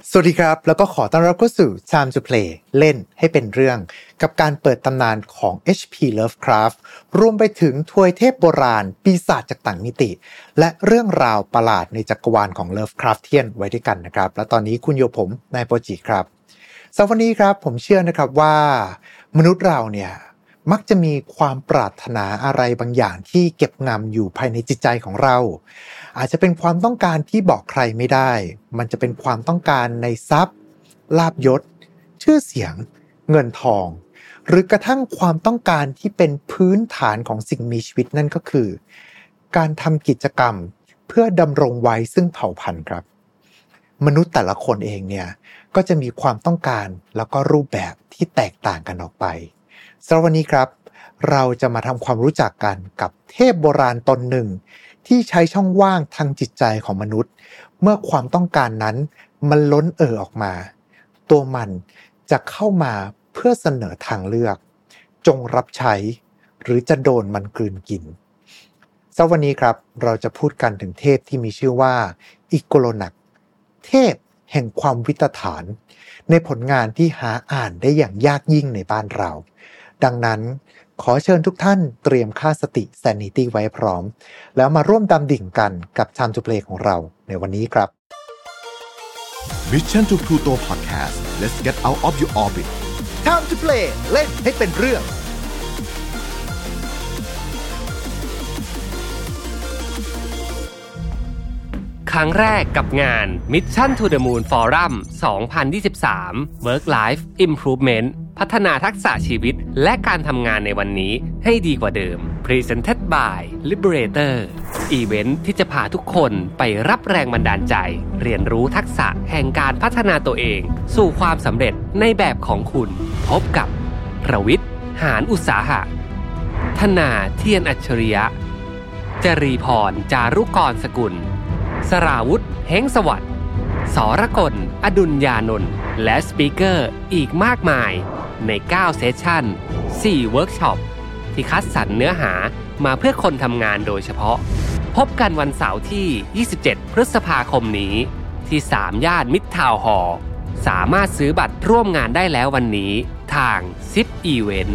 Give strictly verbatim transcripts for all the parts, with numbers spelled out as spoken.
สวัสดีครับแล้วก็ขอต้อนรับเข้าสู่ Time to Play เล่นให้เป็นเรื่องกับการเปิดตำนานของ เอช พี Lovecraft รวมไปถึงทวยเทพโบราณปีศาจจากต่างมิติและเรื่องราวประหลาดในจักรวาลของ Lovecraftian ไว้ด้วยกันนะครับและตอนนี้คุณโยผมนายโปจิครับสำหรับวันนี้ครับผมเชื่อนะครับว่ามนุษย์เราเนี่ยมักจะมีความปรารถนาอะไรบางอย่างที่เก็บงำอยู่ภายในจิตใจของเราอาจจะเป็นความต้องการที่บอกใครไม่ได้มันจะเป็นความต้องการในทรัพย์ลาภยศชื่อเสียงเงินทองหรือกระทั่งความต้องการที่เป็นพื้นฐานของสิ่งมีชีวิตนั่นก็คือการทำกิจกรรมเพื่อดำรงไว้ซึ่งเผ่าพันธุ์ครับมนุษย์แต่ละคนเองเนี่ยก็จะมีความต้องการแล้วก็รูปแบบที่แตกต่างกันออกไปสำหรับวันนี้ครับเราจะมาทำความรู้จักกันกับเทพโบราณตนหนึ่งที่ใช้ช่องว่างทางจิตใจของมนุษย์เมื่อความต้องการนั้นมันล้นเอ่อออกมาตัวมันจะเข้ามาเพื่อเสนอทางเลือกจงรับใช้หรือจะโดนมันกลืนกินสำหรับวันนี้ครับเราจะพูดกันถึงเทพที่มีชื่อว่าอิโกโลนักเทพแห่งความวิตฐานในผลงานที่หาอ่านได้อย่างยากยิ่งในบ้านเราดังนั้นขอเชิญทุกท่านเตรียมค่าสติ sanity ไว้พร้อมแล้วมาร่วมดำดิ่งกันกับ Time to Play ของเราในวันนี้ครับ Mission to Pluto Podcast Let's get out of your orbit Time to Play เล่นให้เป็นเรื่องครั้งแรกกับงาน Mission to the Moon Forum สองพันยี่สิบสาม Work Life Improvement พัฒนาทักษะชีวิตและการทำงานในวันนี้ให้ดีกว่าเดิม Presented by Liberator อีเวนท์ที่จะพาทุกคนไปรับแรงบันดาลใจเรียนรู้ทักษะแห่งการพัฒนาตัวเองสู่ความสำเร็จในแบบของคุณพบกับประวิทย์ หาญอุตสาหะธนาเทียนอัจฉริยะจรีพรจารุกรสกุลสราวุธเฮ้งสวัสดิ์สรกลอดุลยานนท์และสปีกเกอร์อีกมากมายในเก้าเซสชั่นสี่เวิร์กช็อปที่คัดสรรเนื้อหามาเพื่อคนทำงานโดยเฉพาะพบกันวันเสาร์ที่ยี่สิบเจ็ดพฤษภาคมนี้ที่สามย่านมิตรทาวน์ฮอลล์สามารถซื้อบัตรร่วมงานได้แล้ววันนี้ทาง ซิป Event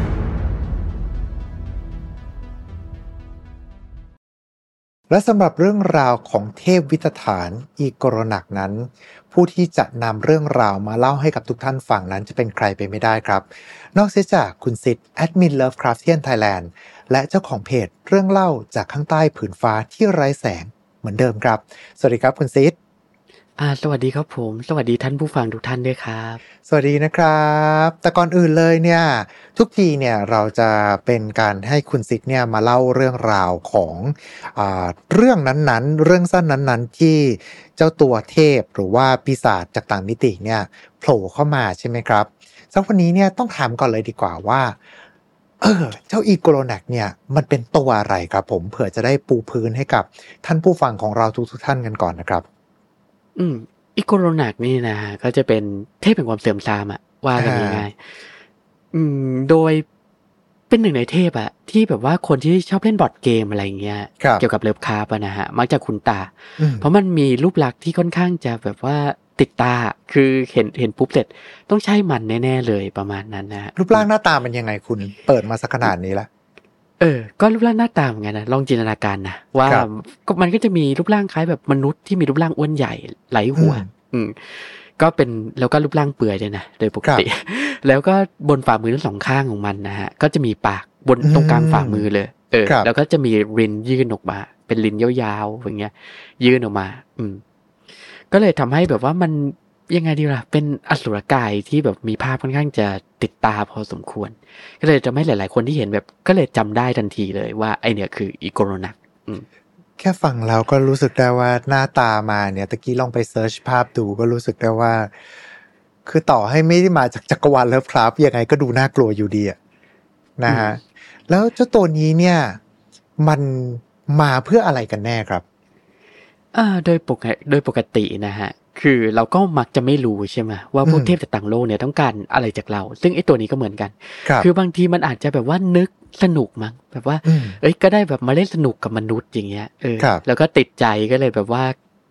และสำหรับเรื่องราวของเทพวิตฐานอีโกโรนักนั้นผู้ที่จะนำเรื่องราวมาเล่าให้กับทุกท่านฟังนั้นจะเป็นใครไปไม่ได้ครับนอกเสียจากคุณซิดแอดมิน Lovecraftian Thailand และเจ้าของเพจเรื่องเล่าจากข้างใต้ผืนฟ้าที่ไร้แสงเหมือนเดิมครับสวัสดีครับคุณซิดอ่าสวัสดีครับผมสวัสดีท่านผู้ฟังทุกท่านด้วยครับสวัสดีนะครับแต่ก่อนอื่นเลยเนี่ยทุกทีเนี่ยเราจะเป็นการให้คุณซิดเนี่ยมาเล่าเรื่องราวของอ่าเรื่องนั้นๆเรื่องสั้นนั้นๆที่เจ้าตัวเทพหรือว่าปีศาจจากต่างมิติเนี่ยโผล่เข้ามาใช่ไหมครับสักวันนี้เนี่ยต้องถามก่อนเลยดีกว่าว่าเออเจ้าอีโกโลนักเนี่ยมันเป็นตัวอะไรครับผมเผื่อจะได้ปูพื้นให้กับท่านผู้ฟังของเราทุกๆท่านกันก่อนนะครับอืมอีโกโรนักนี่นะก็จะเป็นเทพแห่งความเสื่อมทรามอ่ะว่ากันง่ายๆอืมโดยเป็นหนึ่งในเทพอ่ะที่แบบว่าคนที่ชอบเล่นบอร์ดเกมอะไรเงี้ยเกี่ยวกับเลิฟคราฟต์นะฮะมักจะคุ้นตาเพราะมันมีรูปลักษณ์ที่ค่อนข้างจะแบบว่าติดตาคือเห็นเห็นปุ๊บเสร็จต้องใช่มันแน่ๆเลยประมาณนั้นนะฮะรูปร่างหน้าตามันยังไงคุณเปิดมาสักขนาดนี้ละเออก็รูปร่างหน้าตาเหมือนกันนะลองจินตนาการนะว่าก็มันก็จะมีรูปร่างคล้ายแบบมนุษย์ที่มีรูปร่างอ้วนใหญ่ไหลหัวอืมก็เป็นแล้วก็รูปร่างเปื่อยด้วยนะโดยปกติแล้วก็บนฝ่ามือทั้งสองข้างของมันนะฮะก็จะมีปากบนตรงกลางฝ่ามือเลยเออแล้วก็จะมีรินยื่นออกมาเป็นรินยาวๆอย่างเงี้ยยื่นออกมาอืมก็เลยทำให้แบบว่ามันยังไงดีล่ะเป็นอสุรกายที่แบบมีภาพค่อนข้างจะติดตาพอสมควรก็เลยทำให้หลายๆคนที่เห็นแบบก็เลยจำได้ทันทีเลยว่าไอเนี่ยคืออีโกโรนักแค่ฟังแล้วก็รู้สึกได้ว่าหน้าตามาเนี่ยตะกี้ลองไปเซิร์ชภาพดูก็รู้สึกได้ว่าคือต่อให้ไม่ได้มาจากจักรวาลเลิฟคราฟต์ยังไงก็ดูน่ากลัวอยู่ดีอะนะฮะแล้วเจ้าตัวนี้เนี่ยมันมาเพื่ออะไรกันแน่ครับอ่าโดยปกติโดยปกตินะฮะคือเราก็มักจะไม่รู้ใช่ไหมว่าพวกเทพจากต่างโลกเนี่ยต้องการอะไรจากเราซึ่งไอ้ตัวนี้ก็เหมือนกัน ค, คือบางทีมันอาจจะแบบว่านึกสนุกมั้งแบบว่าเอ้ยก็ได้แบบมาเล่นสนุกกับมนุษย์อย่างเงี้ยเออแล้วก็ติดใจก็เลยแบบว่า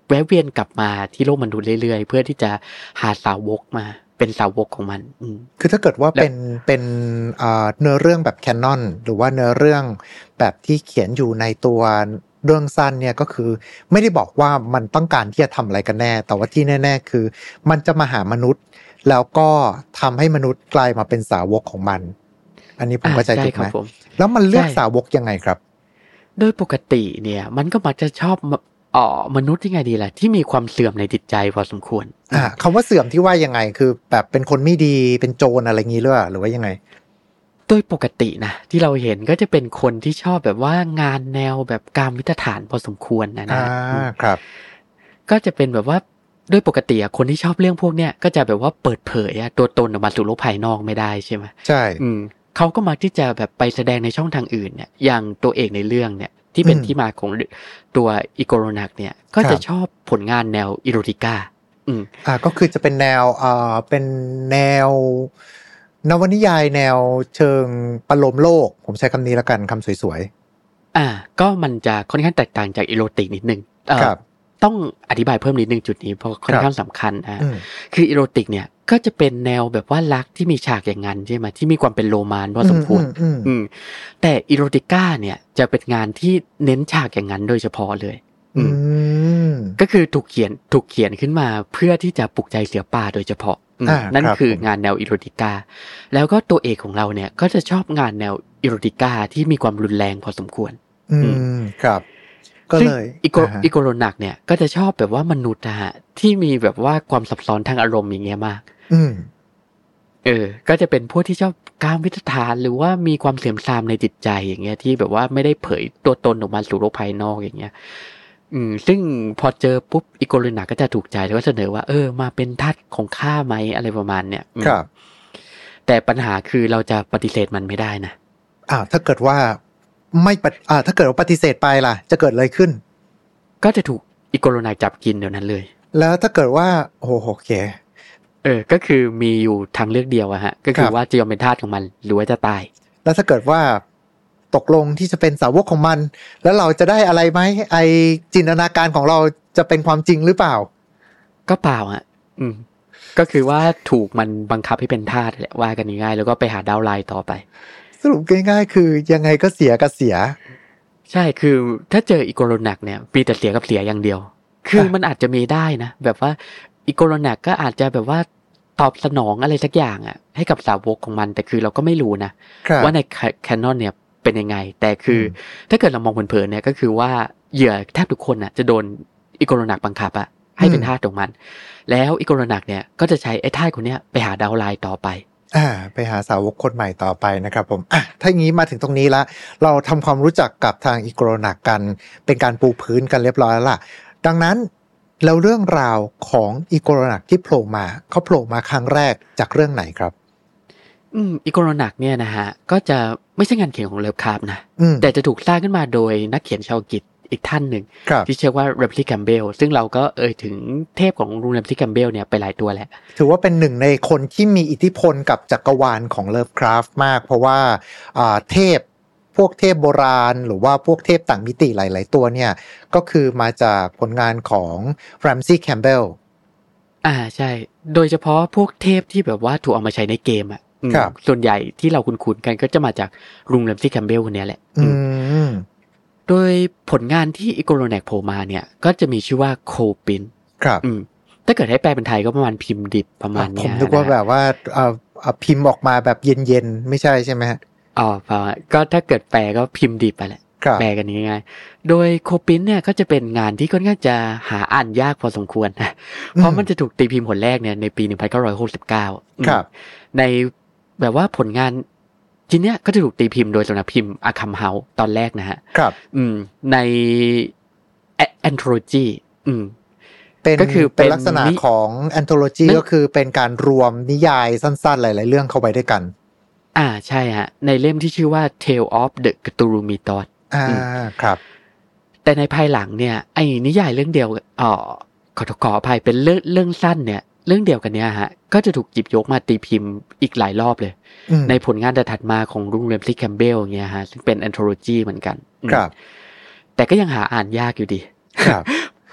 แวะเวียนกลับมาที่โลกมนุษย์เรื่อยๆเพื่อที่จะหาสาวกมาเป็นสาวกของมันอืมคือถ้าเกิดว่าเป็นเป็นเอ่อเนื้อเรื่องแบบแคนนอนหรือว่าเนื้อเรื่องแบบที่เขียนอยู่ในตัวเรื่องสั้นเนี่ยก็คือไม่ได้บอกว่ามันต้องการที่จะทำอะไรกันแน่แต่ว่าที่แน่ๆคือมันจะมาหามนุษย์แล้วก็ทำให้มนุษย์กลายมาเป็นสาวกของมันอันนี้ผมเข้าใจถูกไหมแล้วมันเลือกสาวกยังไงครับโดยปกติเนี่ยมันก็มักจะชอบอ๋อมนุษย์ยังไงดีล่ะที่มีความเสื่อมในจิตใจพอสมควรอ่าคำว่าเสื่อมที่ว่ายังไงคือแบบเป็นคนไม่ดีเป็นโจรอะไรงี้หรือเปล่าหรือว่ายังไงโดยปกตินะที่เราเห็นก็จะเป็นคนที่ชอบแบบว่างานแนวแบบกามวิตฐานพอสมควรนะนะอ่าครับก็จะเป็นแบบว่าโดยปกติอะคนที่ชอบเรื่องพวกเนี้ยก็จะแบบว่าเปิดเผยอะตัวตนออกมาสู่โลกภายนอกไม่ได้ใช่ไหมใช่อืมเขาก็มักที่จะแบบไปแสดงในช่องทางอื่นเนี่ยอย่างตัวเอกในเรื่องเนี่ยที่เป็นที่มาของตัวอิโกโรนักเนี่ยก็จะชอบผลงานแนวอีโรติก้าอืมอ่าก็คือจะเป็นแนวอ่าเป็นแนวนวนิยายแนวเชิงปโลมโลกผมใช้คำนี้ละกันคำสวยๆอ่าก็มันจะค่อนข้างแตกต่างจากอีโรติกนิดนึงครับต้องอธิบายเพิ่มนิดนึงจุดนี้เพราะค่อนข้างสำคัญอ่ะคืออีโรติกเนี่ยก็จะเป็นแนวแบบว่ารักที่มีฉากอย่างนั้นใช่ไหมที่มีความเป็นโรแมนต์พอสมควรอืมแต่อีโรติก้าเนี่ยจะเป็นงานที่เน้นฉากอย่างนั้นโดยเฉพาะเลยอืมก็คือถูกเขียนถูกเขียนขึ้นมาเพื่อที่จะปลุกใจเสือป่าโดยเฉพาะนั่นคืองานแนวอีโรติก้าแล้วก็ตัวเอกของเราเนี่ยก็จะชอบงานแนวอีโรติก้าที่มีความรุนแรงพอสมควรอืมครับก็เลยอีโกอีโกโรนักเนี่ยก็จะชอบแบบว่ามนุษย์นะฮะที่มีแบบว่าความซับซ้อนทางอารมณ์อย่างเงี้ยมากอืมเออก็จะเป็นพวกที่ชอบการวิตฐานหรือว่ามีความเสื่อมทรามในจิตใจอย่างเงี้ยที่แบบว่าไม่ได้เผยตัวตนออกมาสู่โลกภายนอกอย่างเงี้ยอืมซึ่งพอเจอปุ๊บอีโกโรนักก็จะถูกใจแล้วก็เสนอว่าเออมาเป็นทาสของข้าไหมอะไรประมาณเนี้ยครับแต่ปัญหาคือเราจะปฏิเสธมันไม่ได้นะอ้าวถ้าเกิดว่าไม่อ่าถ้าเกิดว่าปฏิเสธไปล่ะจะเกิดอะไรขึ้นก็จะถูกอีโกโรนักจับกินเดี๋ยวนั้นเลยแล้วถ้าเกิดว่าโอ้โหโอเคเออก็คือมีอยู่ทางเลือกเดียวอะฮะก็คือว่าจะยอมเป็นทาสของมันหรือว่าจะตายแล้วถ้าเกิดว่าตกลงที่จะเป็นสาวกของมันแล้วเราจะได้อะไรไหมไอจินตนาการของเราจะเป็นความจริงหรือเปล่าก็เปล่าอ่ะอืมก็คือว่าถูกมันบังคับให้เป็นทาสแหละว่ากันง่ายๆแล้วก็ไปหาดาวไลน์ต่อไปสรุปง่ายๆคือยังไงก็เสียกับเสียใช่คือถ้าเจออีโกโรนักเนี่ยมีแต่เสียกับเสียอย่างเดียวคือมันอาจจะมีได้นะแบบว่าอีโกโรนักก็อาจจะแบบว่าตอบสนองอะไรสักอย่างอ่ะให้กับสาวกของมันแต่คือเราก็ไม่รู้นะว่าในแคนนอนเนี่ยเป็นยังไงแต่คือถ้าเกิดเรามองเผินๆเนี่ยก็คือว่าเหยื่อแทบทุกคนน่ะจะโดนอีโกโรนักบังคับอะให้เป็นทาสของมันแล้วอีโกโรนักเนี่ยก็จะใช้ไอ้ทาสคนเนี้ยไปหาดาวไลน์ต่อไปอ่าไปหาสาวกคนใหม่ต่อไปนะครับผมอ่ะถ้างี้มาถึงตรงนี้ละเราทำความรู้จักกับทางอีโกโรนักกันเป็นการปูพื้นกันเรียบร้อยแล้วล่ะดังนั้นแล้วเรื่องราวของอีโกโรนักที่โผล่มาเขาโผล่มาครั้งแรกจากเรื่องไหนครับอืมอีโกโรนักเนี่ยนะฮะก็จะไม่ใช่งานเขียนของเลฟคราฟต์นะแต่จะถูกสร้างขึ้นมาโดยนักเขียนชาวอังกฤษอีกท่านหนึ่งที่ชื่อว่าเรมซี่แคมเบลซึ่งเราก็เอ่ยถึงเทพของลุงเรมซี่แคมเบลเนี่ยไปหลายตัวแหละถือว่าเป็นหนึ่งในคนที่มีอิทธิพลกับจักรวาลของเลิฟคราฟต์มากเพราะว่าอ่าเทพพวกเทพโบราณหรือว่าพวกเทพต่างมิติหลายๆตัวเนี่ยก็คือมาจากผลงานของเรมซี่แคมเบลอ่าใช่โดยเฉพาะพวกเทพที่แบบว่าถูกเอามาใช้ในเกมอ่ะส่วนใหญ่ที่เราคุ้นๆกันก็จะมาจากลุงเรมซี่แคมเบลคนนี้แหละโดยผลงานที่อีโกโรนักโผล่มาเนี่ยก็จะมีชื่อว่าโคปินครับถ้าเกิดให้แปลเป็นไทยก็ประมาณพิมพ์ดิบประมาณนี้ผมนึกว่าแบบว่าเอ่อพิมพ์ออกมาแบบเย็นๆไม่ใช่ใช่ไหมฮะอ๋อเปล่าก็ถ้าเกิดแปลก็พิมพ์ดิบไปแหละแปลกันง่ายๆโดยโคปินเนี่ยก็จะเป็นงานที่ค่อนข้างจะหาอ่านยากพอสมควรนะเพราะมันจะถูกตีพิมพ์ผลแรกเนี่ยในปีหนึ่งพันเก้าร้อยหกสิบเก้าครับในแบบว่าผลงานชิ้นเนี้ยก็จะถูกตีพิมพ์โดยสำนักพิมพ์อาคัมเฮาส์ตอนแรกนะฮะครับอืมในแอนโทโลจีอืมก็คือเป็นลักษณะของแอนโทโลจีก็คือเป็นการรวมนิยายสั้นๆหลายๆเรื่องเข้าไปด้วยกันอ่าใช่ฮะในเล่มที่ชื่อว่า Tale of the Cthulhu Mythos อ่าครับแต่ในภายหลังเนี่ยไอ้นิยายเรื่องเดียวอ๋อขอขออภัยเป็นเรื่องเรื่องสั้นเนี่ยเรื่องเดียวกันเนี้ยฮะก็จะถูกหยิบยกมาตีพิมพ์อีกหลายรอบเลยในผลงานถัดมาของลุงเรมซี่แคมเบลเงี้ยฮะซึ่งเป็นแอนโทโลจีเหมือนกันครับแต่ก็ยังหาอ่านยากอยู่ดีครับ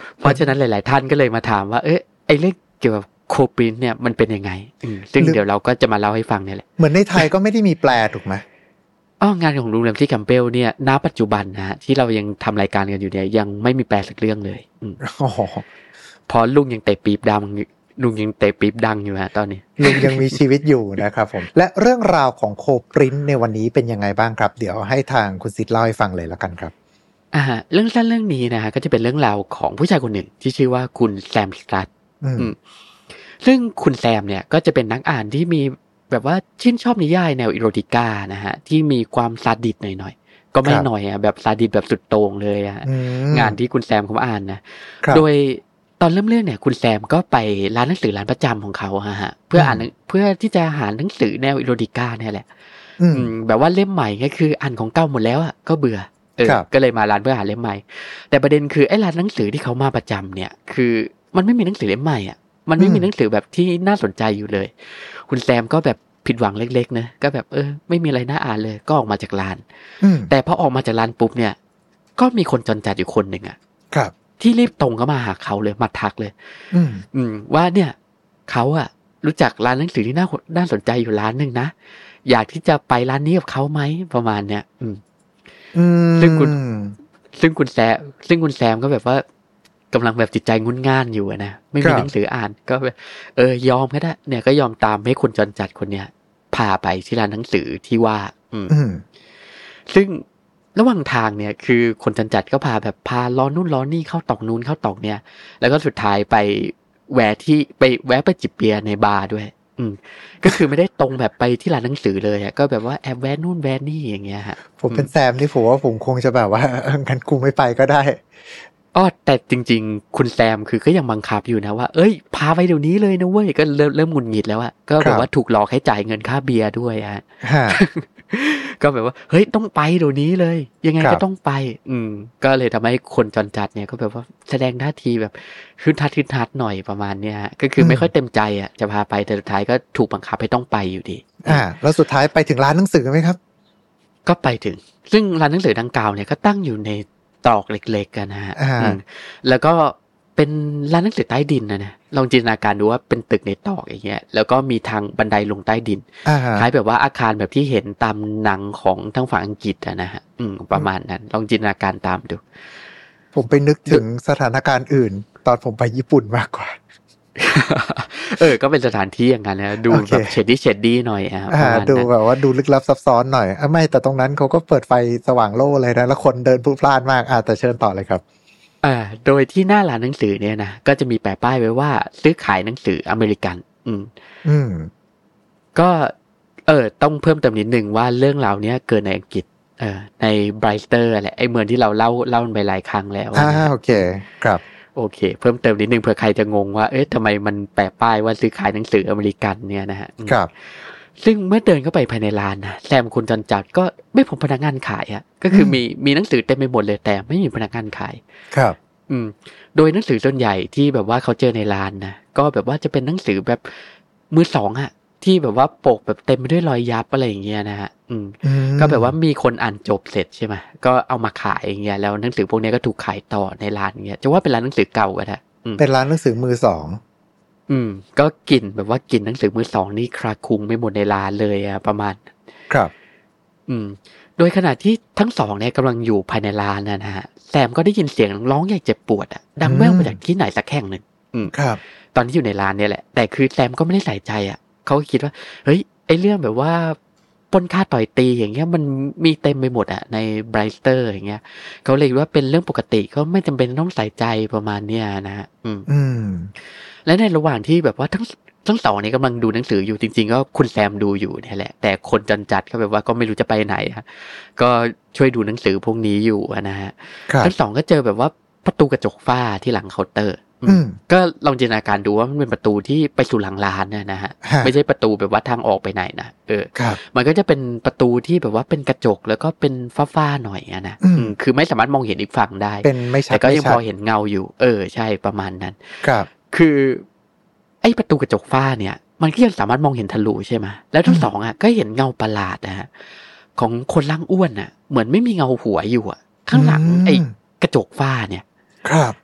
เพราะฉะนั้นหลายๆท่านก็เลยมาถามว่าเอ๊ะไอ้เรื่องเกี่ยวกับโคปรินท์เนี่ยมันเป็นยังไงซึ่งเดี๋ยวเราก็จะมาเล่าให้ฟังเนี่ยแหละเหมือนในไทยก็ไม่ได้มีแปลถูกไหมอ๋องานของลุงแรมซี่แคมเปลเนี่ยณปัจจุบันนะฮะที่เรายังทำรายการกันอยู่เนี่ยยังไม่มีแปลสักเรื่องเลยอ๋อเพราะลุงยังเตะปี๊บดังลุงยังเตะปี๊บดังอยู่ฮะตอนนี้ลุงยังมีชีวิตอยู่นะครับผมและเรื่องราวของโคปรินท์ในวันนี้เป็นยังไงบ้างครับเดี๋ยวให้ทางคุณซิดเล่าให้ฟังเลยแล้วกันครับอ่าเรื่องสั้นเรื่องนี้นะฮะก็จะเป็นเรื่องราวของผู้ชายคนหนึ่งที่ชื่อว่าคุณแซมสตัดซึ่งคุณแซมเนี่ยก็จะเป็นนักอ่านที่มีแบบว่าชื่นชอบนิยายแนวอีโรติก้านะฮะที่มีความซาดิสหน่อยๆก็ไม่หน่อยอ่ะแบบซาดิสแบบสุดโต่งเลยอ่ะงานที่คุณแซมเขาอ่านนะโดยตอนเริ่มเรื่องเนี่ยคุณแซมก็ไปร้านหนังสือร้านประจำของเขาฮะเพื่ออ่านเพื่อที่จะหาหนังสือแนวอีโรติก้าเนี่ยแหละแบบว่าเล่มใหม่ก็คืออ่านของเก่าหมดแล้วอ่ะก็เบื่อเออก็เลยมาร้านเพื่อหาเล่มใหม่แต่ประเด็นคือไอ้ร้านหนังสือที่เขามาประจำเนี่ยคือมันไม่มีหนังสือเล่มใหม่อ่ะมันไม่มีหนังสือแบบที่น่าสนใจอยู่เลยคุณแซมก็แบบผิดหวังเล็กๆนะก็แบบเออไม่มีอะไรน่าอ่านเลยก็ออกมาจากร้านแต่พอออกมาจากร้านปุ๊บเนี่ยก็มีคนจรจัดอยู่คนหนึ่งอ่ะครับที่รีบตรงเข้ามาหาเขาเลยมาทักเลยอืมอืมว่าเนี่ยเขาอ่ะรู้จักร้านหนังสือที่น่าน่าสนใจอยู่ร้านนึงนะอยากที่จะไปร้านนี้กับเขาไหมประมาณเนี้ยอืมซึ่งคุณซึ่งคุณแซมซึ่งคุณแซมก็แบบว่ากำลังแบบจิตใจงุนง่านอยู่นะไม่มีหนังสืออ่านก็แบบเออยอมก็ได้เนี่ยก็ยอมตามให้คนจรจัดคนเนี้ยพาไปที่ร้านหนังสือที่ว่าอืมซึ่งระหว่างทางเนี่ยคือคนจรจัดก็พาแบบพาล้อนู่นล้อนี่เข้าตอกนู้นเข้าตอกเนี่ยแล้วก็สุดท้ายไปแวะที่ไปแวะไปจิบเบียร์ในบาร์ด้วยอืมก็คือไม่ได้ตรงแบบไปที่ร้านหนังสือเลยอ่ะก็แบบว่าแอบแวะนู่นแวะนี่อย่างเงี้ยฮะผมเป็นแซมนี่ผมว่าผมคงจะแบบว่างั้นกูไม่ไปก็ได้อ๋อแต่จริงๆคุณแซมคือก็ยังบังคับอยู่นะว่าเอ้ยพาไปเดี๋ยวนี้เลยนะเว้ยก็เริ่มเริ่มหงุดหงิดแล้วอะก็แบบว่าถูกหลอกให้จ่ายเงินค่าเบียร์ด้วยฮะก็แบบว่าเฮ้ยต้องไปเดี๋ยวนี้เลยยังไงก็ต้องไปอืมก็เลยทำให้คนจรจัดเนี่ยก็แบบว่าแสดงท่าทีแบบขึ้นทัดขึ้นทัดหน่อยประมาณเนี้ยก็คือไม่ค่อยเต็มใจอ่ะจะพาไปแต่สุดท้ายก็ถูกบังคับให้ต้องไปอยู่ดีอ่าแล้วสุดท้ายไปถึงร้านหนังสือไหมครับก็ไปถึงซึ่งร้านหนังสือดังกล่าวเนี่ยก็ตั้งอยู่ในตรอกเล็กๆกันนะฮะแล้วก็เป็นร้านหนังสือใต้ดินนะนะลองจินตนาการดูว่าเป็นตึกในตรอกอย่างเงี้ยแล้วก็มีทางบันไดลงใต้ดินคล้ายแบบว่าอาคารแบบที่เห็นตามหนังของทางฝั่งอังกฤษอะนะฮะอืมประมาณนั้นลองจินตนาการตามดูผมไปนึกถึงสถานการณ์อื่นตอนผมไปญี่ปุ่นมากกว่าเออก็เป็นสถานที่อย่างนั้นนะดูแบบเฉดดี้เฉดดี้หน่อยอ่ะดูแบบว่าดูลึกลับซับซ้อนหน่อยอ่ะไม่แต่ตรงนั้นเขาก็เปิดไฟสว่างโล่เลยนะแล้วคนเดินพลุกพล่านมากอ่ะแต่เชิญต่อเลยครับอ่าโดยที่หน้าร้านหนังสือเนี่ยนะก็จะมีแปะป้ายไว้ว่าซื้อขายหนังสืออเมริกันอืมอืมก็เออต้องเพิ่มเติมนิดนึงว่าเรื่องราวเนี้ยเกิดในอังกฤษเออในไบรสเตอร์แหละไอ้เมืองที่เราเล่าเล่าไปหลายครั้งแล้วอ่าโอเคครับโอเคเพิ่มเติมนิดนึงเผื่อใครจะงงว่าเอ๊ะทำไมมันแปะป้ายว่าซื้อขายหนังสืออเมริกันเนี่ยนะฮะครับซึ่งเมื่อเดินเข้าไปภายในร้านนะแซมคุณจรจัดก็ไม่พบพนักงานขายอ่ะก็คือมีมีหนังสือเต็มไปหมดเลยแต่ไม่มีพนักงานขายครับอืมโดยหนังสือส่วนใหญ่ที่แบบว่าเขาเจอในร้านนะก็แบบว่าจะเป็นหนังสือแบบมือสองอ่ะที่แบบว่าปกแบบเต็มไปด้วยรอยยับอะไรอย่างเงี้ยนะฮะอืมก็แบบว่ามีคนอ่านจบเสร็จใช่ไหมก็เอามาขายอย่างเงี้ยแล้วหนังสือพวกนี้ก็ถูกขายต่อในร้านเงี้ยจะว่าเป็นร้านหนังสือเก่าก็ได้เป็นร้านหนังสือมือสองอืมก็กลิ่นแบบว่ากลิ่นหนังสือมือสองนี่คลาคลุ้งไม่หมดในร้านเลยอะประมาณครับอืมโดยขณะที่ทั้งสองเนี่ยกำลังอยู่ภายในร้านนะฮะแซมก็ได้ยินเสียงร้องอย่างเจ็บปวดอะดังแว่วมาจากที่ไหนสักแห่งหนึ่งอืมครับตอนที่อยู่ในร้านเนี่ยแหละแต่คือแซมก็ไม่ได้ใส่ใจอะเขาคิดว่าเฮ้ยไอเรื่องแบบว่าปล้นฆ่าต่อยตีอย่างเงี้ยมันมีเต็มไปหมดอะในไบรสเตอร์อย่างเงี้ยเขาเลยว่าเป็นเรื่องปกติก็ไม่จำเป็นต้องใส่ใจประมาณเนี้ยนะฮะอืมอืมและในระหว่างที่แบบว่าทั้งทั้งสองนี้กำลังดูหนังสืออยู่จริงๆก็คุณแซมดูอยู่เนี่ยแหละแต่คนจรจัดก็แบบว่าก็ไม่รู้จะไปไหนฮะก็ช่วยดูหนังสือพวกนี้อยู่นะฮะทั้งสองก็เจอแบบว่าประตูกระจกฝ้าที่หลังเคาน์เตอร์ก็ลองจินตนาการดูว่ามันเป็นประตูที่ไปสู่หลังร้านนะฮะไม่ใช่ประตูแบบว่าทางออกไปไหนนะเออมันก็จะเป็นประตูที่แบบว่าเป็นกระจกแล้วก็เป็นฝ้าๆหน่อยนะคือไม่สามารถมองเห็นอีกฝั่งได้แต่ก็ยังพอเห็นเงาอยู่เออใช่ประมาณนั้นคือไอ้ประตูกระจกฝ้าเนี่ยมันก็ยังสามารถมองเห็นทะลุใช่ไหมแล้วทั้งสองอ่ะก็เห็นเงาประหลาดนะฮะของคนร่างอ้วนอ่ะเหมือนไม่มีเงาหัวอยู่อ่ะข้างหลังไอ้กระจกฝ้าเนี่ยครับ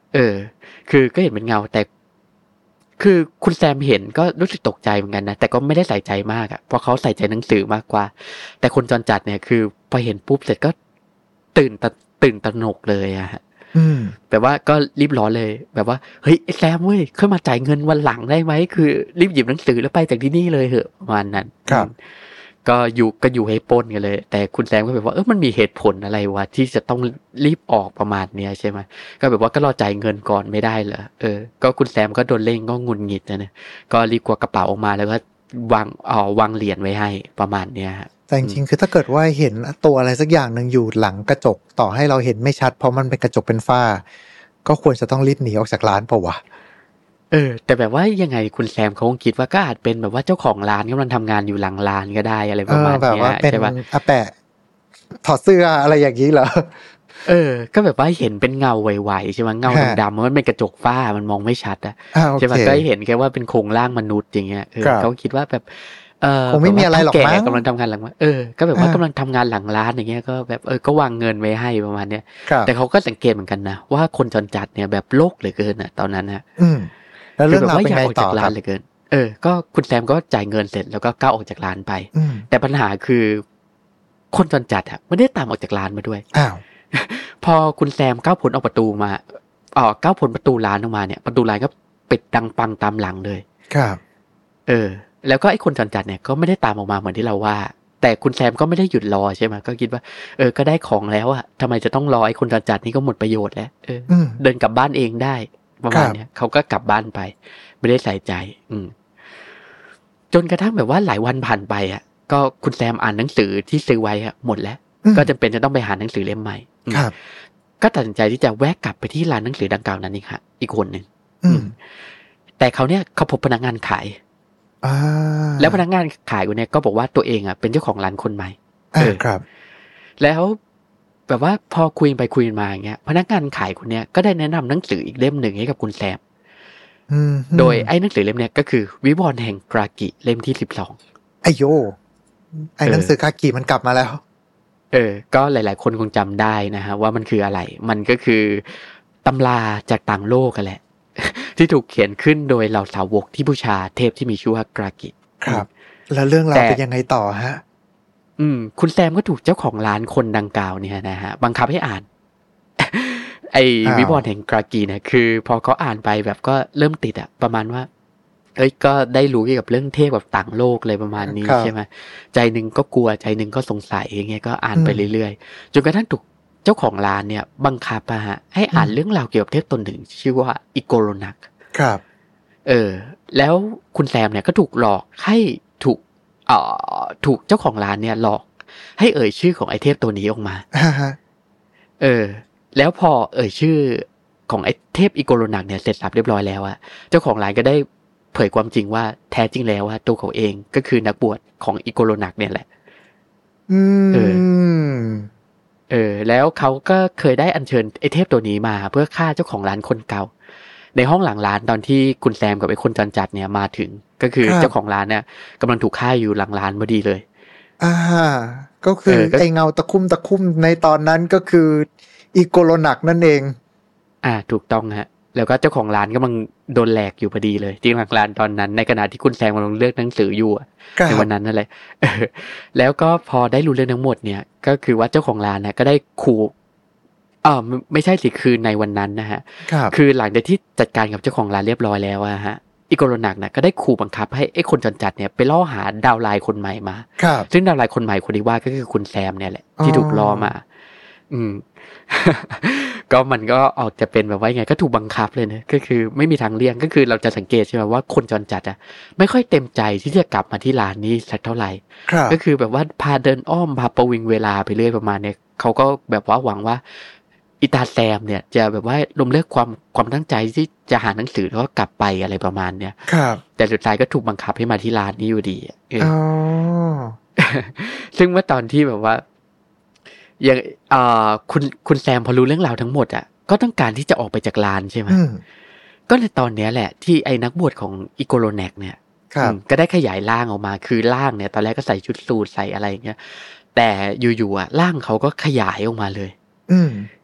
เออคือก็เห็นเป็นเงาแต่คือคุณแซมเห็นก็รู้สึกตกใจเหมือนกันนะแต่ก็ไม่ได้ใส่ใจมากอ่ะเพราะเขาใส่ใจหนังสือมากกว่าแต่คนจรจัดเนี่ยคือพอเห็นปุ๊บเสร็จก็ตื่นตะตื่นตระหนกเลยอะฮะแบบว่าก็รีบร้อนเลยแบบว่าเฮ้ยไอ้แซมเว้ยขึ้นมาจ่ายเงินวันหลังได้ไหมคือรีบหยิบหนังสือแล้วไปจากที่นี่เลยเหอะประมาณนั้นครับก็อยู่ก็อยู่ให้ปล้นกันเลยแต่คุณแซมก็แบบว่าเออมันมีเหตุผลอะไรวะที่จะต้องรีบออกประมาณเนี้ยใช่ไหมก็แบบว่าก็รอจ่ายเงินก่อนไม่ได้เหรอเออก็คุณแซมก็โดนเล่งก็งุนงิดนะเนี่ยก็รีบกวาดกระเป๋าออกมาแล้วก็วางอ๋อวางเหรียญไว้ให้ประมาณเนี้ยแต่จริงๆคือถ้าเกิดว่าเห็นตัวอะไรสักอย่างหนึ่งอยู่หลังกระจกต่อให้เราเห็นไม่ชัดเพราะมันเป็นกระจกเป็นฝ้าก็ควรจะต้องรีบหนีออกจากร้านเปล่าวะเออแต่แบบว่ายังไงคุณแซมเขาคงคิดว่าก็อาจเป็นแบบว่าเจ้าของร้านกำลังทำงานอยู่หลังร้านก็ได้อะไรประมาณนี้ใช่ป่ะอาแปะถอดเสื้ออะไรอย่างนี้เหรอเออก็แบบว่าเห็นเป็นเงาไวๆใช่ไหมเงาดำๆมันเป็นกระจกฝ้ามันมองไม่ชัดอ่ะใช่ป่ะก็เห็นแค่ว่าเป็นโครงร่างมนุษย์อย่างเงี้ยเออเขาคิดว่าแบบเออคงไม่มีอะไรหรอกมั้งกำลังทำงานหลังเออก็แบบว่ากำลังทำงานหลังร้านอย่างเงี้ยก็แบบเออก็วางเงินไว้ให้ประมาณเนี้ยแต่เขาก็สังเกตเหมือนกันนะว่าคนจรจัดเนี่ยแบบโลกเหลือเกินอ่ะตอนนั้นฮะแล้วเรื่องราวเป็นไงต่อครับเออก็คุณแซมก็จ่ายเงินเสร็จแล้วก็ก้าวออกจากร้านไปแต่ปัญหาคือคนจรจัดอ่ะไม่ได้ตามออกจากร้านมาด้วยอ้าวพอคุณแซมก้าวพ้นออกประตูมาอ๋อก้าวพ้นประตูร้านออกมาเนี่ยประตูร้านก็ปิดดังปังตามหลังเลยครับเออแล้วก็ไอ้คนจรจัดเนี่ยก็ไม่ได้ตามออกมาเหมือนที่เราว่าแต่คุณแซมก็ไม่ได้หยุดรอใช่ไหมก็คิดว่าเออก็ได้ของแล้วอะทำไมจะต้องรอไอ้คนจรจัดนี่ก็หมดประโยชน์แล้วเออเดินกลับบ้านเองได้ประมาณเนี้ยเขาก็กลับบ้านไปไม่ได้ใส่ใจอืมจนกระทั่งแบบว่าหลายวันผ่านไปอ่ะก็คุณแซมอ่านหนังสือที่ซื้อไว้อ่ะหมดแล้วก็จำเป็นจะต้องไปหาหนังสือเล่มใหม่ครับก็ตัดสินใจที่จะแวะกลับไปที่ร้านหนังสือดังกล่าวนั้นอีกค่ะอีกคนหนึ่งแต่เขาเนี่ยเขาพบพนักงานขายแล้วพนักงานขายคนนี้ก็บอกว่าตัวเองอ่ะเป็นเจ้าของร้านคนใหม่เออครับแล้วแบบว่าพอคุยไปคุยมาอย่างเงี้ยพนักงานขายคนเนี้ยก็ได้แนะนำหนังสืออีกเล่มหนึ่งให้กับคุณแซมโดยไอ้หนังสือเล่มเนี้ยก็คือวิวรณ์แห่งกรากิเล่มที่สิบสองไอโยไอ้หนังสือกากิมันกลับมาแล้วเออก็หลายๆคนคงจำได้นะฮะว่ามันคืออะไรมันก็คือตำราจากต่างโลกกันแหละที่ถูกเขียนขึ้นโดยเหล่าสาวกที่บูชาเทพที่มีชื่อว่ากรากิครับแล้วเรื่องราวเป็นยังไงต่อฮะอืมคุณแซมก็ถูกเจ้าของร้านคนดังกล่าวเนี่ยนะฮะบังคับให้อ่านไอ้วิวรณ์แห่งกรากิเนี่ยคือพอเขาอ่านไปแบบก็เริ่มติดอะประมาณว่าเอ้ยก็ได้รู้เกี่ยวกับเรื่องเทพแบบต่างโลกอะไรประมาณนี้ใช่ไหมใจหนึ่งก็กลัวใจหนึ่งก็สงสัยอย่างเงี้ยก็อ่านไปเรื่อยๆจนกระทั่งถูกเจ้าของร้านเนี่ยบังคับอะฮะให้อ่านเรื่องราวเกี่ยวกับเทพตนหนึ่งชื่อว่าอิโกโรนักครับเออแล้วคุณแซมเนี่ยก็ถูกหลอกให้ถูกเอ่อถูกเจ้าของร้านเนี่ยหลอกให้เอ่ยชื่อของไอ้เทพตัวนี้ออกมาเออแล้วพอเอ่ยชื่อของไอ้เทพอิโกโรนักเนี่ยเสร็จสับเรียบร้อยแล้วอะเจ้าของร้านก็ได้เผยความจริงว่าแท้จริงแล้วว่าตัวเขาเองก็คือนักบวชของอิโกโรนักเนี่ยแหละเออเออแล้วเขาก็เคยได้อัญเชิญไอ้เทพตัวนี้มาเพื่อฆ่าเจ้าของร้านคนเก่าในห้องหลังร้านตอนที่คุณแซมกับไอ้คนจรจัดเนี่ยมาถึงก็คือเจ้าของร้านเนี่ยกำลังถูกฆ่าอยู่หลังร้านพอดีเลยอ่าก็คือไอ้เงาตะคุ่มตะคุ่มในตอนนั้นก็คืออิโกโรนักนั่นเองอ่าถูกต้องฮะแล้วก็เจ้าของร้านกำลังโดนแหลกอยู่พอดีเลยที่หลังร้านตอนนั้นในขณะที่คุณแซมกำลังเลือกหนังสืออยู่ในวันนั้นนั่นแหละแล้วก็พอได้รู้เรื่องทั้งหมดเนี่ยก็คือว่าเจ้าของร้านเนี่ยก็ได้ขู่อ๋อไม่ใช่สิคือในวันนั้นนะฮะคือหลังจากที่จัดการกับเจ้าของร้านเรียบร้อยแล้วอะฮะอิโกโรนักเนี่ยก็ได้ขู่บังคับให้ไอ้คนจรจัดเนี่ยไปล่อหาดาวไลน์คนใหม่มาซึ่งดาวไลน์คนใหม่คนที่ว่าก็คือคุณแซมเนี่ยแหละที่ถูกล่อมาอืมก็มันก็ออกจะเป็นแบบว่าไงก็ถูกบังคับเลยนะก็คือไม่มีทางเลี่ยงก็คือเราจะสังเกตใช่ไหมว่าคนจรจัดอ่ะไม่ค่อยเต็มใจที่จะกลับมาที่ร้านนี้สักเท่าไหร่ก็คือแบบว่าพาเดินอ้อมพาประวิงเวลาไปเรื่อยประมาณเนี้ยเขาก็แบบว่าหวังว่าอิตาแซมเนี่ยจะแบบว่าล้มเลิกความความตั้งใจที่จะหาหนังสือแล้วก็กลับไปอะไรประมาณเนี้ยแต่สุดท้ายก็ถูกบังคับให้มาที่ร้านนี้อยู่ดีอ๋อซึ่งเมื่อตอนที่แบบว่าอย่างอ่าคุณคุณแซมพอรู้เรื่องราวทั้งหมดอ่ะก็ต้องการที่จะออกไปจากร้านใช่ไหมก็ในตอนนี้แหละที่ไอ้นักบวชของอิโกโรนักเนี่ยก็ได้ขยายร่างออกมาคือร่างเนี่ยตอนแรกก็ใส่ชุดสูทใส่อะไรอย่างเงี้ยแต่อยู่ๆอ่ะร่างเขาก็ขยายออกมาเลย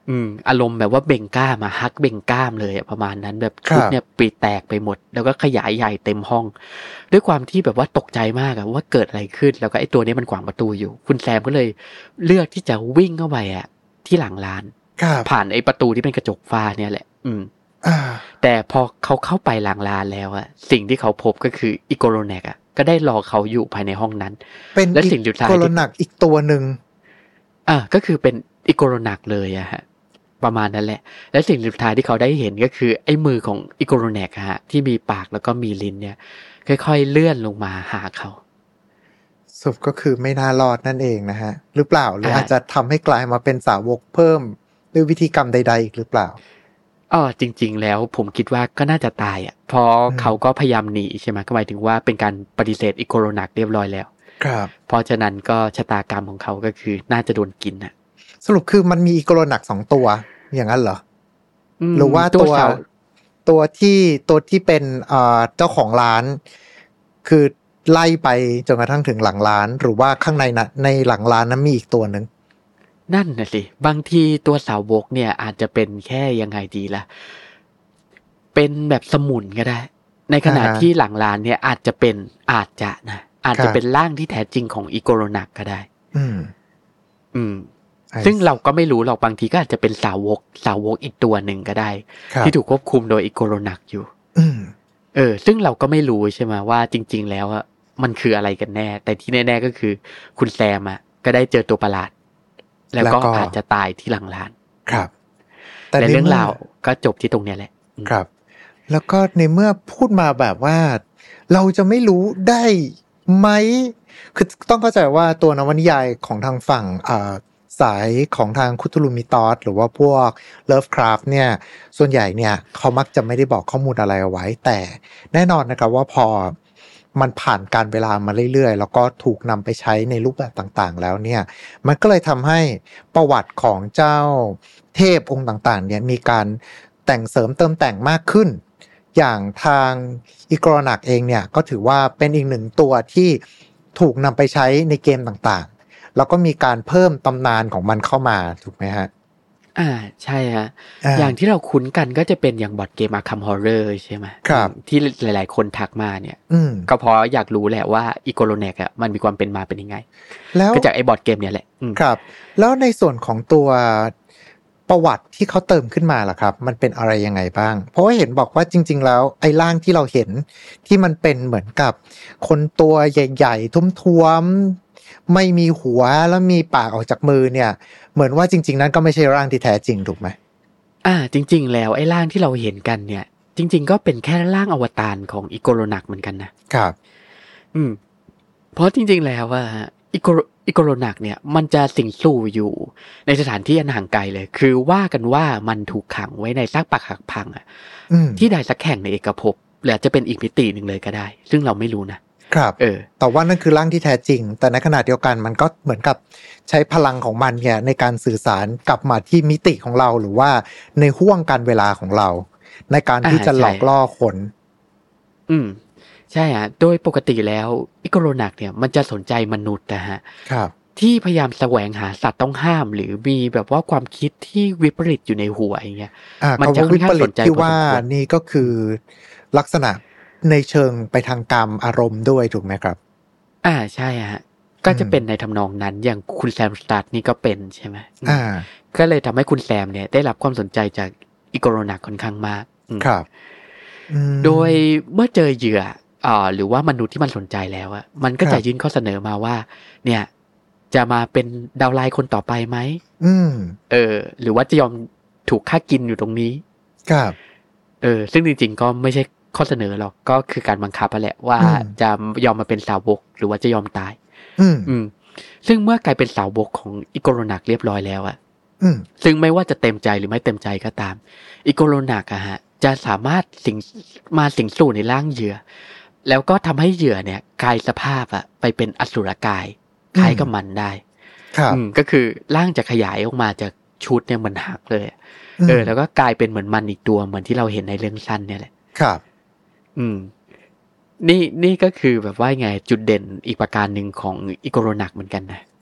อืมอารมณ์แบบว่าเบ่งกล้ามมาฮักเบ่งกล้ามเลยประมาณนั้นแบบชุดเนี่ยปรีแตกไปหมดแล้วก็ขยายใหญ่เต็มห้องด้วยความที่แบบว่าตกใจมากอะว่าเกิดอะไรขึ้นแล้วก็ไอ้ตัวนี้มันขวางประตูอยู่คุณแซมก็เลยเลือกที่จะวิ่งเข้าไปอะที่หลังร้านผ่านไอ้ประตูที่เป็นกระจกฟ้าเนี่ยแหละอืมแต่พอเขาเข้าไปหลังร้านแล้วอะสิ่งที่เขาพบก็คืออิโกโรแนกอะก็ได้รอเขาอยู่ภายในห้องนั้นเป็นและสิ่งสุดท้ายอิโกโรแนกอีกตัวนึงอ่าก็คือเป็นอิโกโรแนกเลยอะฮะประมาณนั้นแหละและสิ่งสุดท้ายที่เขาได้เห็นก็คือไอ้มือของอิโกโรแนกฮะที่มีปากแล้วก็มีลิ้นเนี่ยค่อยๆเลื่อนลงมาหาเขาสรุปก็คือไม่น่ารอดนั่นเองนะฮะหรือเปล่าหรืออาจจะทำให้กลายมาเป็นสาวกเพิ่มด้วยวิธีกรรมใดๆอีกหรือเปล่าอ๋อจริงๆแล้วผมคิดว่าก็น่าจะตายอ่ะเพราะเขาก็พยายามหนีใช่ไหมก็หมายถึงว่าเป็นการปฏิเสธอิโกโรแนกเรียบร้อยแล้วครับเพราะฉะนั้นก็ชะตากรรมของเขาก็คือน่าจะโดนกินน่ะสรุปคือมันมีอิโกโรแนกสองตัวอย่างนั้นเหรอหรือว่าตัวตัวที่ตัวที่เป็นเอ่อเจ้าของร้านคือไล่ไปจนกระทั่งถึงหลังร้านหรือว่าข้างในน่ะในหลังร้านนั้นมีอีกตัวนึงนั่นน่ะสิบางทีตัวสาวกเนี่ยอาจจะเป็นแค่ยังไงดีล่ะเป็นแบบสมุนก็ได้ในขณะที่หลังร้านเนี่ยอาจจะเป็นอาจจะนะอาจจะเป็นร่างที่แท้จริงของอิโกโรแนกก็ได้อืมอืมซึ่งเราก็ไม่รู้หรอกบางทีก็อาจจะเป็นสาวกสาวกอีกตัวหนึ่งก็ได้ที่ถูกควบคุมโดยอิโกโรแนกอยู่เออซึ่งเราก็ไม่รู้ใช่ไหมว่าจริงๆแล้วอ่ะมันคืออะไรกันแน่แต่ที่แน่ๆก็คือคุณแซมอ่ะก็ได้เจอตัวประหลาดแล้วก็อาจจะตายที่หลังร้านครับแต่เรื่องราวก็จบที่ตรงเนี้ยแหละครับแล้วก็ในเมื่อพูดมาแบบว่าเราจะไม่รู้ได้ไหมคือต้องเข้าใจว่าตัวนวนิยายของทางฝั่งอ่าสายของทางคุทูลูมิตอสหรือว่าพวกเลิฟคราฟต์เนี่ยส่วนใหญ่เนี่ยเขามักจะไม่ได้บอกข้อมูลอะไรเอาไว้แต่แน่นอนนะครับว่าพอมันผ่านการเวลามาเรื่อยๆแล้วก็ถูกนำไปใช้ในรูปแบบต่างๆแล้วเนี่ยมันก็เลยทำให้ประวัติของเจ้าเทพองค์ต่างๆเนี่ยมีการแต่งเสริมเติมแต่งมากขึ้นอย่างทางอิโกโรแนกเองเนี่ยก็ถือว่าเป็นอีกหนึ่งตัวที่ถูกนำไปใช้ในเกมต่างๆแล้วก็มีการเพิ่มตำนานของมันเข้ามาถูกไหมฮะอ่าใช่ฮะ อ, อย่างที่เราคุ้นกันก็จะเป็นอย่างบอร์ดเกม Arkham Horror ใช่ไหมครับที่หลายๆคนทักมาเนี่ยก็เพราะอยากรู้แหละว่าอิโกโรแนกอ่ะมันมีความเป็นมาเป็นยังไงแล้วก็จากไอ้บอร์ดเกมเนี่ยแหละครับแล้วในส่วนของตัวประวัติที่เขาเติมขึ้นมาล่ะครับมันเป็นอะไรยังไงบ้างเพราะว่าเห็นบอกว่าจริงๆแล้วไอ้ร่างที่เราเห็นที่มันเป็นเหมือนกับคนตัวใหญ่ๆทุ่มๆไม่มีหัวแล้วมีปากออกจากมือเนี่ยเหมือนว่าจริงๆนั้นก็ไม่ใช่ร่างที่แท้จริงถูกไหมอ่าจริงๆแล้วไอ้ร่างที่เราเห็นกันเนี่ยจริงๆก็เป็นแค่ร่างอวตารของอิโกโรแนกเหมือนกันนะครับอืมเพราะจริงๆแล้วว่าอิโกอิโกโรแนกเนี่ยมันจะสิงสู่อยู่ในสถานที่อันห่างไกลเลยคือว่ากันว่ามันถูกขังไว้ในซากปรักหักพังอ่ะที่ใดสักแห่งในเอกภพหรือจะเป็นอีกมิติหนึ่งเลยก็ได้ซึ่งเราไม่รู้นะครับเออแต่ว่านั่นคือร่างที่แท้จริงแต่ในขณะเดียวกันมันก็เหมือนกับใช้พลังของมันเนี่ยในการสื่อสารกลับมาที่มิติของเราหรือว่าในห้วงการเวลาของเราในการที่จะหลอกล่อคนอืมใช่ฮะโดยปกติแล้วอิโกโรแนกเนี่ยมันจะสนใจมนุษย์นะฮะครับที่พยายามแสวงหาสัตว์ต้องห้ามหรือมีแบบว่าความคิดที่วิปริตอยู่ในหัวอย่างเงี้ยมันจะค่อนข้างสนใจที่ว่านี่ก็คือลักษณะในเชิงไปทางกรรมอารมณ์ด้วยถูกไหมครับอ่าใช่ฮะก็จะเป็นในทำนองนั้นอย่างคุณแซมสตาร์ทนี่ก็เป็นใช่ไหมอ่าก็เลยทำให้คุณแซมเนี่ยได้รับความสนใจจากอิโกโรแนกค่อนข้างมากครับโดยเมื่อเจอเหยื่ออ่าหรือว่ามนุษย์ที่มันสนใจแล้วอะมันก็จะยื่นข้อเสนอมาว่าเนี่ยจะมาเป็นดาวไลน์คนต่อไปไหมอืมเออหรือว่าจะยอมถูกฆ่ากินอยู่ตรงนี้ครับเออซึ่งจริงๆก็ไม่ใช่ข้อเสนอหรอกก็คือการบังคับแหละว่าจะยอมมาเป็นสาวกหรือว่าจะยอมตายอืมอืมซึ่งเมื่อกลายเป็นสาวกของอิโกโรแนกเรียบร้อยแล้วอะอืมซึ่งไม่ว่าจะเต็มใจหรือไม่เต็มใจก็ตามอิโกโรแนกอะฮะจะสามารถสิงมาสิงสู่ในร่างเหยื่อแล้วก็ทำให้เหยื่อเนี่ยกลายสภาพอะไปเป็นอสุรกายคล้ายกับมันได้ครับอืมก็คือร่างจะขยายออกมาจากชุดเนี่ยเหมือนหักเลยเออแล้วก็กลายเป็นเหมือนมันอีกตัวเหมือนที่เราเห็นในเรื่องสั้นเนี่ยแหละครับอืมนี่นี่ก็คือแบบว่าไงจุดเด่นอีกประการหนึ่งของอิโกโรแนกเหมือนกันนะ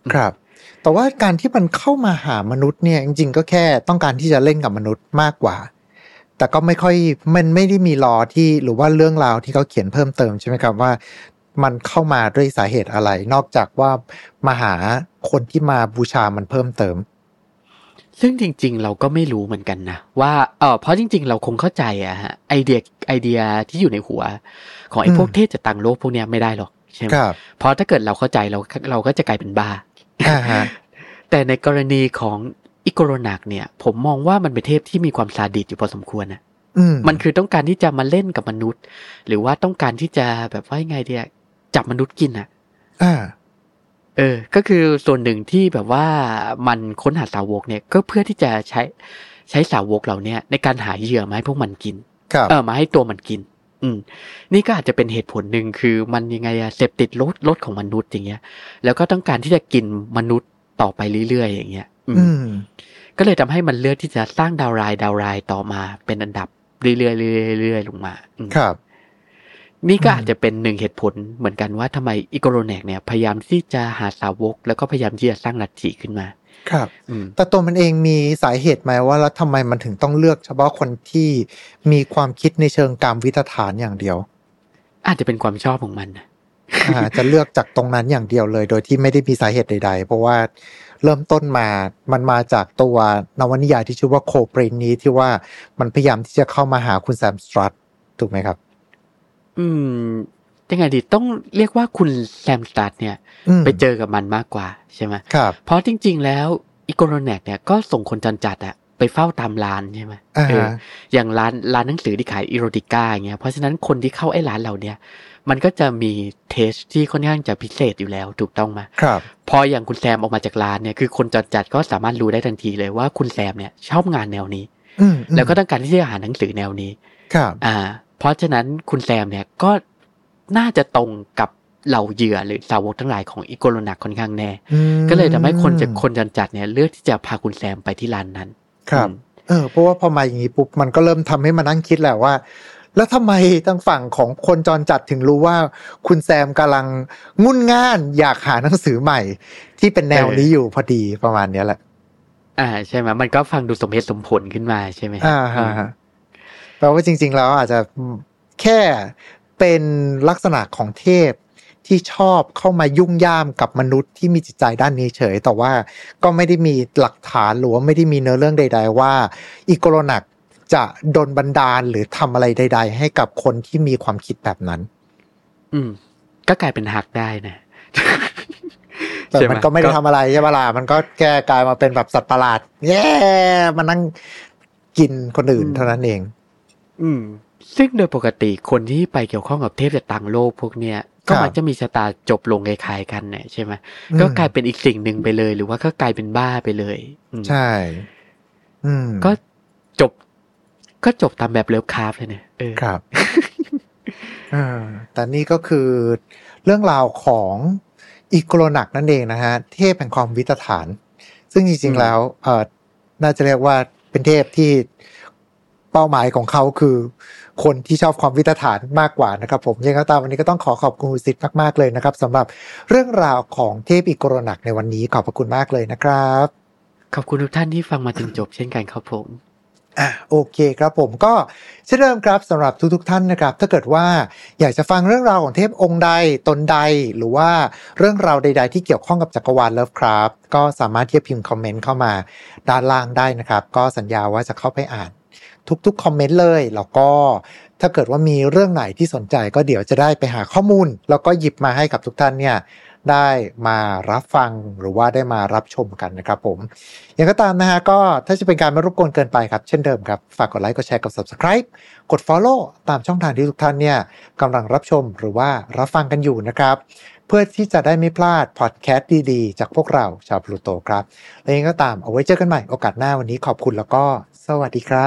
ครับแต่ว่าการที่มันเข้ามาหามนุษย์เนี่ยจริงๆก็แค่ต้องการที่จะเล่นกับมนุษย์มากกว่าแต่ก็ไม่ค่อยมันไม่ได้มีลอที่หรือว่าเรื่องราวที่เขาเขียนเพิ่มเติมใช่ไหมครับว่ามันเข้ามาด้วยสาเหตุอะไรนอกจากว่ามาหาคนที่มาบูชามันเพิ่มเติมซึ่งจริงๆเราก็ไม่รู้เหมือนกันนะว่าเออเพราะจริงๆเราคงเข้าใจอะฮะไอเดียไอเดียที่อยู่ในหัวของไอ้พวกเทพจากต่างโลกพวกเนี้ยไม่ได้หรอกใช่ไหมเพราะถ้าเกิดเราเข้าใจเราเราก็จะกลายเป็นบ้าแต่ในกรณีของอิโกโรนักเนี่ยผมมองว่ามันเป็นเทพที่มีความซาดิสอยู่พอสมควรนะมันคือต้องการที่จะมาเล่นกับมนุษย์หรือว่าต้องการที่จะแบบว่าไงเดียจับมนุษย์กินอ่ะเออก็คือส่วนหนึ่งที่แบบว่ามันค้นหาสาวกเนี่ยก็เพื่อที่จะใช้ใช้สาวกเหล่านี้ในการหาเหยื่อมาให้พวกมันกินเออมาให้ตัวมันกินอืมนี่ก็อาจจะเป็นเหตุผลหนึ่งคือมันยังไงอะเสพติดรสรสของมนุษย์อย่างเงี้ยแล้วก็ต้องการที่จะกินมนุษย์ต่อไปเรื่อยๆอย่างเงี้ยอืมก็เลยทำให้มันเลือกที่จะสร้างดาวไลน์ดาวไลน์ต่อมาเป็นอันดับเรื่อยๆเรื่อยๆลงมาครับนี่ก็อาจจะเป็นหนึ่งเหตุผลเหมือนกันว่าทำไมอิโกโรแนกเนี่ยพยายามที่จะหาสาวกแล้วก็พยายามที่จะสร้างลัทธิขึ้นมาครับแต่ตัวมันเองมีสาเหตุไหมว่าแล้วทำไมมันถึงต้องเลือกเฉพาะคนที่มีความคิดในเชิงกามวิตฐานอย่างเดียวอาจจะเป็นความชอบของมันอ่าจะเลือกจากตรงนั้นอย่างเดียวเลยโดยที่ไม่ได้มีสาเหตุใดๆเพราะว่าเริ่มต้นมามันมาจากตัวนวนิยายที่ชื่อว่าโคปรินนี้ที่ว่ามันพยายามที่จะเข้ามาหาคุณแซมสตรัทถูกไหมครับอืมยังไงดีต้องเรียกว่าคุณแซมสตรัทเนี่ยไปเจอกับมันมากกว่าใช่ไหมครับเพราะจริงๆแล้วอิโกโรแนกเนี่ยก็ส่งคนจันจัดอะไปเฝ้าตามร้านใช่ไหมเอออย่างร้านร้านหนังสือที่ขายอีโรติก้าอย่างเงี้ยเพราะฉะนั้นคนที่เข้าไอ้ร้านเราเนี่ยมันก็จะมีเทสที่ค่อนข้างจะพิเศษอยู่แล้วถูกต้องไหมครับพออย่างคุณแซมออกมาจากร้านเนี่ยคือคนจัดจัดก็สามารถรู้ได้ทันทีเลยว่าคุณแซมเนี่ยชอบงานแนวนี้แล้วก็ต้องการที่จะหาหนังสือแนวนี้ครับอ่าเพราะฉะนั้นคุณแซมเนี่ยก็น่าจะตรงกับเหล่าเหยื่อหรือสาวกทั้งหลายของอิโกโรนักค่อนข้างแน่ก็เลยทำให้คนจากคนจันจัดเนี่ยเลือกที่จะพาคุณแซมไปที่ร้านนั้นครับเออเพราะว่าพอมาอย่างนี้ปุ๊บมันก็เริ่มทำให้มานั่งคิดแหละว่าแล้วทำไมทางฝั่งของคนจรจัดถึงรู้ว่าคุณแซมกำลังงุ่นง่านอยากหาหนังสือใหม่ที่เป็นแนวนี้อยู่พอดีประมาณนี้แหละอ่าใช่ไหมมันก็ฟังดูสมเหตุสมผลขึ้นมาใช่ไหมอ่าฮะแปลว่าจริงๆแล้วอาจจะแค่เป็นลักษณะของเทพที่ชอบเข้ามายุ่งย่ามกับมนุษย์ที่มีจิตใจด้านนี้เฉยแต่ว่าก็ไม่ได้มีหลักฐานหรือว่าไม่ได้มีเนื้อเรื่องใดๆว่าอิโกโรนักจะดลบันดาลหรือทำอะไรใดๆให้กับคนที่มีความคิดแบบนั้นอืมก็กลายเป็นฮักได้นะแต่มันก็ไม่ได้ทำอะไรใช่ป่ะล่ะมันก็แค่กลายมาเป็นแบบสัตว์ประหลาดแย่มานั่งกินคนอื่นเท่านั้นเองอืมซึ่งโดยปกติคนที่ไปเกี่ยวข้องกับเทพจากต่างโลกพวกเนี้ยก็มักจะมีชะตาจบลงคล้ายๆกันเนี่ยใช่ไหมก็กลายเป็นอีกสิ่งหนึ่งไปเลยหรือว่าก็กลายเป็นบ้าไปเลยใช่อืมก็จบก็จบตามแบบเลิฟคราฟเลยเนี่ยเออครับอ่าแต่นี่ก็คือเรื่องราวของอิโกโรนักนั่นเองนะฮะเทพแห่งความวิตฐานซึ่งจริงๆแล้วเอ่อน่าจะเรียกว่าเป็นเทพที่เป้าหมายของเขาคือคนที่ชอบความวิตฐานมากกว่านะครับผมยังไงก็ตามวันนี้ก็ต้องขอขอบคุณคุณสิทธิ์มากๆเลยนะครับสำหรับเรื่องราวของเทพอิโกโรนักในวันนี้ขอบพระคุณมากเลยนะครับขอบคุณทุกท่านที่ฟังมาจนจบเช่นกันครับผมอ่ะโอเคครับผมก็เช่นเดิมครับสำหรับทุกๆท่านนะครับถ้าเกิดว่าอยากจะฟังเรื่องราวของเทพองค์ใดตนใดหรือว่าเรื่องราวใดๆที่เกี่ยวข้องกับจักรวาล Lovecraft ก็สามารถที่จะพิมพ์คอมเมนต์เข้ามาด้านล่างได้นะครับก็สัญญาว่าจะเข้าไปอ่านทุกๆคอมเมนต์เลยแล้วก็ถ้าเกิดว่ามีเรื่องไหนที่สนใจก็เดี๋ยวจะได้ไปหาข้อมูลแล้วก็หยิบมาให้กับทุกท่านเนี่ยได้มารับฟังหรือว่าได้มารับชมกันนะครับผมอย่างก็ตามนะฮะก็ถ้าจะเป็นการไม่รบกวนเกินไปครับเช่นเดิมครับฝากกดไลค์กดแชร์กด Subscribe กด Follow ตามช่องทางที่ทุกท่านเนี่ยกำลังรับชมหรือว่ารับฟังกันอยู่นะครับเพื่อที่จะได้ไม่พลาดพอดแคสต์ดีๆจากพวกเราชาวพลูโตครับและยังก็ตามเอาไว้เจอกันใหม่โอกาสหน้าวันนี้ขอบคุณแล้วก็สวัสดีครับ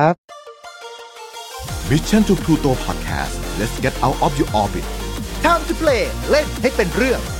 Mission to Pluto Podcast Let's get out of your orbit Time to play เล่นให้เป็นเรื่อง